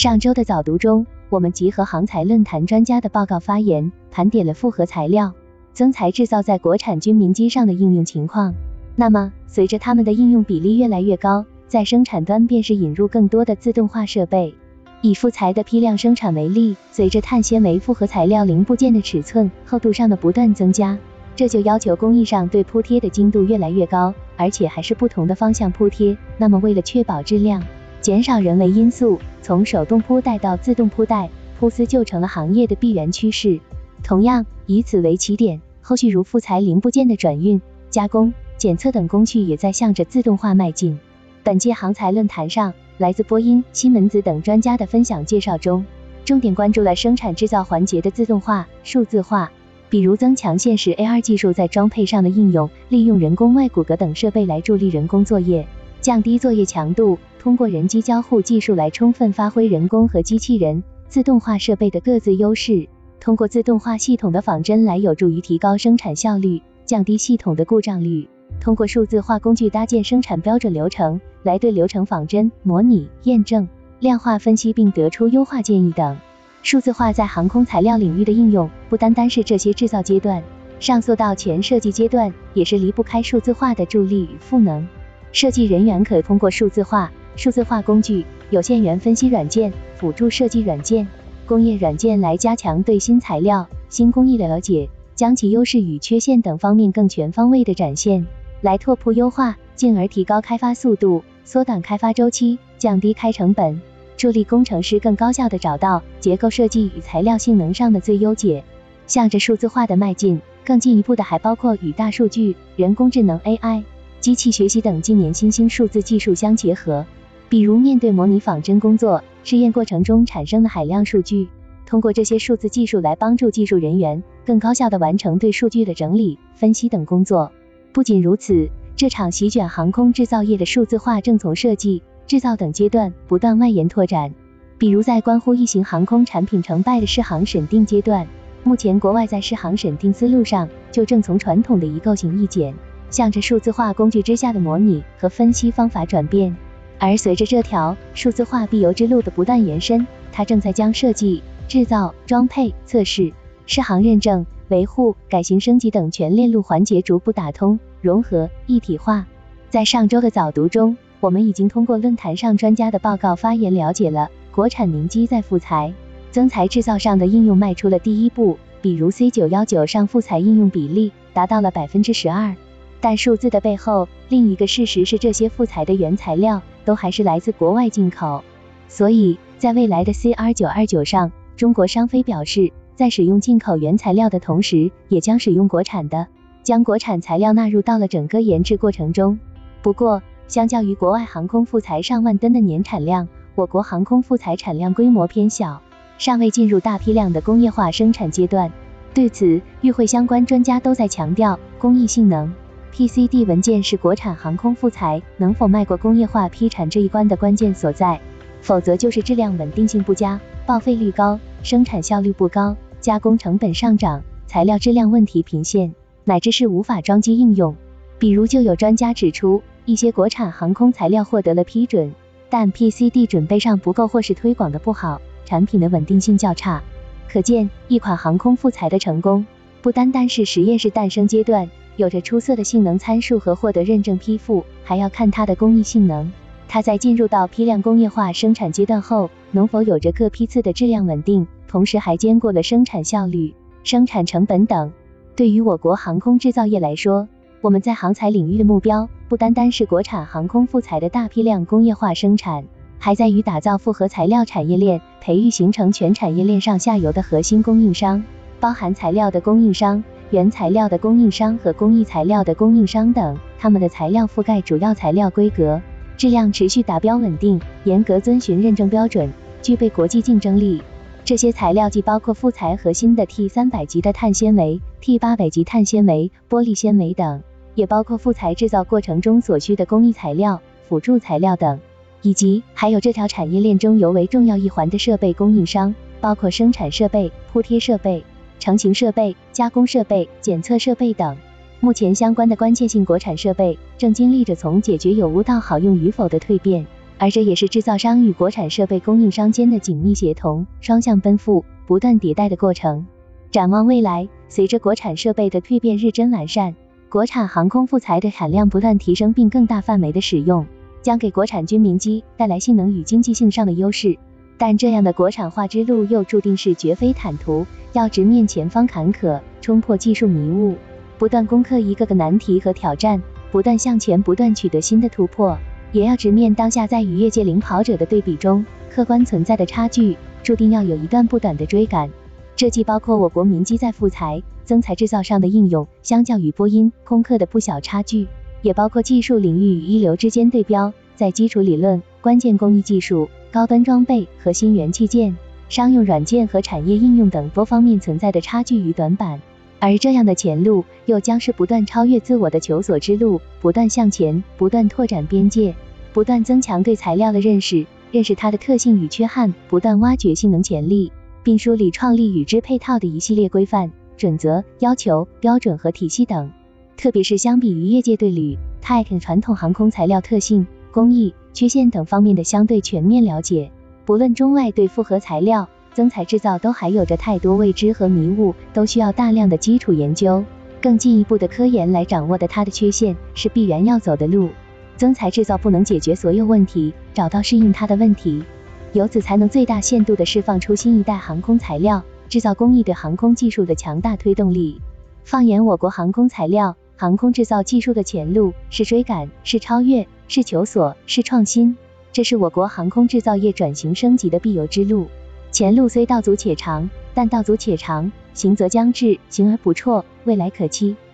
上周的早读中，我们集合航材论坛专家的报告发言，盘点了复合材料、增材制造在国产军民机上的应用情况。那么，随着它们的应用比例越来越高，在生产端便是引入更多的自动化设备。以复材的批量生产为例，随着碳纤维复合材料零部件的尺寸、厚度上的不断增加，这就要求工艺上对铺贴的精度越来越高，而且还是不同的方向铺贴。那么为了确保质量，减少人为因素，从手动铺带到自动铺带，铺丝就成了行业的必然趋势。同样，以此为起点，后续如复材零部件的转运、加工、检测等工序也在向着自动化迈进。本届航材论坛上，来自波音、西门子等专家的分享介绍中，重点关注了生产制造环节的自动化、数字化，比如增强现实 AR 技术在装配上的应用，利用人工外骨骼等设备来助力人工作业，降低作业强度，通过人机交互技术来充分发挥人工和机器人、自动化设备的各自优势，通过自动化系统的仿真来有助于提高生产效率，降低系统的故障率，通过数字化工具搭建生产标准流程，来对流程仿真、模拟、验证、量化分析并得出优化建议等。数字化在航空材料领域的应用，不单单是这些制造阶段，上溯到全设计阶段，也是离不开数字化的助力与赋能。设计人员可通过数字化工具、有限元分析软件、辅助设计软件、工业软件来加强对新材料、新工艺的了解，将其优势与缺陷等方面更全方位的展现，来拓扑优化，进而提高开发速度，缩短开发周期，降低开成本，助力工程师更高效地找到结构设计与材料性能上的最优解。向着数字化的迈进，更进一步的还包括与大数据、人工智能 AI、机器学习等近年新兴数字技术相结合。比如面对模拟仿真工作，试验过程中产生的海量数据，通过这些数字技术来帮助技术人员更高效地完成对数据的整理、分析等工作。不仅如此，这场席卷航空制造业的数字化正从设计、制造等阶段不断外延拓展。比如在关乎一型航空产品成败的试航审定阶段，目前国外在试航审定思路上就正从传统的移构型意检，向着数字化工具之下的模拟和分析方法转变。而随着这条数字化必由之路的不断延伸，它正在将设计、制造、装配、测试、试航认证、维护、改型升级等全链路环节逐步打通、融合、一体化。在上周的早读中，我们已经通过论坛上专家的报告发言了解了国产民机在复材、增材制造上的应用迈出了第一步，比如 C919 上复材应用比例达到了 12%。但数字的背后，另一个事实是这些复材的原材料都还是来自国外进口。所以，在未来的 CR929 上，中国商飞表示，在使用进口原材料的同时，也将使用国产的，将国产材料纳入到了整个研制过程中。不过，相较于国外航空复材上万吨的年产量，我国航空复材产量规模偏小，尚未进入大批量的工业化生产阶段。对此，与会相关专家都在强调，工艺性能、PCD 文件是国产航空复材能否迈过工业化批产这一关的关键所在，否则就是质量稳定性不佳、报废率高、生产效率不高、加工成本上涨、材料质量问题频现，乃至是无法装机应用。比如就有专家指出，一些国产航空材料获得了批准，但 PCD 准备上不够或是推广的不好，产品的稳定性较差。可见，一款航空复材的成功，不单单是实验室诞生阶段有着出色的性能参数和获得认证批复，还要看它的工艺性能。它在进入到批量工业化生产阶段后，能否有着各批次的质量稳定，同时还兼顾了生产效率、生产成本等。对于我国航空制造业来说，我们在航材领域的目标，不单单是国产航空复材的大批量工业化生产，还在于打造复合材料产业链，培育形成全产业链上下游的核心供应商，包含材料的供应商、原材料的供应商和工艺材料的供应商等，他们的材料覆盖主要材料规格，质量持续达标稳定，严格遵循认证标准，具备国际竞争力。这些材料既包括复材核心的 T300 级的碳纤维、T800 级碳纤维、玻璃纤维等，也包括复材制造过程中所需的工艺材料、辅助材料等，以及还有这条产业链中尤为重要一环的设备供应商，包括生产设备、铺贴设备、成型设备、加工设备、检测设备等。目前相关的关键性国产设备正经历着从解决有无到好用与否的蜕变， 而这也是制造商与国产设备供应商间的紧密协同、双向奔赴、不断迭代的过程。展望未来，随着国产设备的蜕变日臻完善，国产航空副材的产量不断提升并更大范围的使用，将给国产军民机带来性能与经济性上的优势。但这样的国产化之路又注定是绝非坦途，要直面前方坎坷，冲破技术迷雾，不断攻克一个个难题和挑战，不断向前，不断取得新的突破，也要直面当下在与业界领跑者的对比中客观存在的差距，注定要有一段不短的追赶。这既包括我国民机在副材、增材制造上的应用相较于波音、空客的不小差距，也包括技术领域与一流之间对标，在基础理论、关键工艺技术、高端装备、核心元器件、商用软件和产业应用等多方面存在的差距与短板。而这样的前路，又将是不断超越自我的求索之路，不断向前，不断拓展边界，不断增强对材料的认识，认识它的特性与缺憾，不断挖掘性能潜力，并梳理创立与之配套的一系列规范、准则、要求、标准和体系等。特别是相比于业界对铝、钛传统航空材料特性、工艺、缺陷等方面的相对全面了解，不论中外对复合材料、增材制造都还有着太多未知和迷雾，都需要大量的基础研究，更进一步的科研来掌握的它的缺陷，是必然要走的路。增材制造不能解决所有问题，找到适应它的问题，由此才能最大限度地释放出新一代航空材料制造工艺对航空技术的强大推动力。放眼我国航空材料、航空制造技术的前路，是追赶，是超越，是求索，是创新，这是我国航空制造业转型升级的必由之路。前路虽道阻且长，但道阻且长，行则将至，行而不辍，未来可期。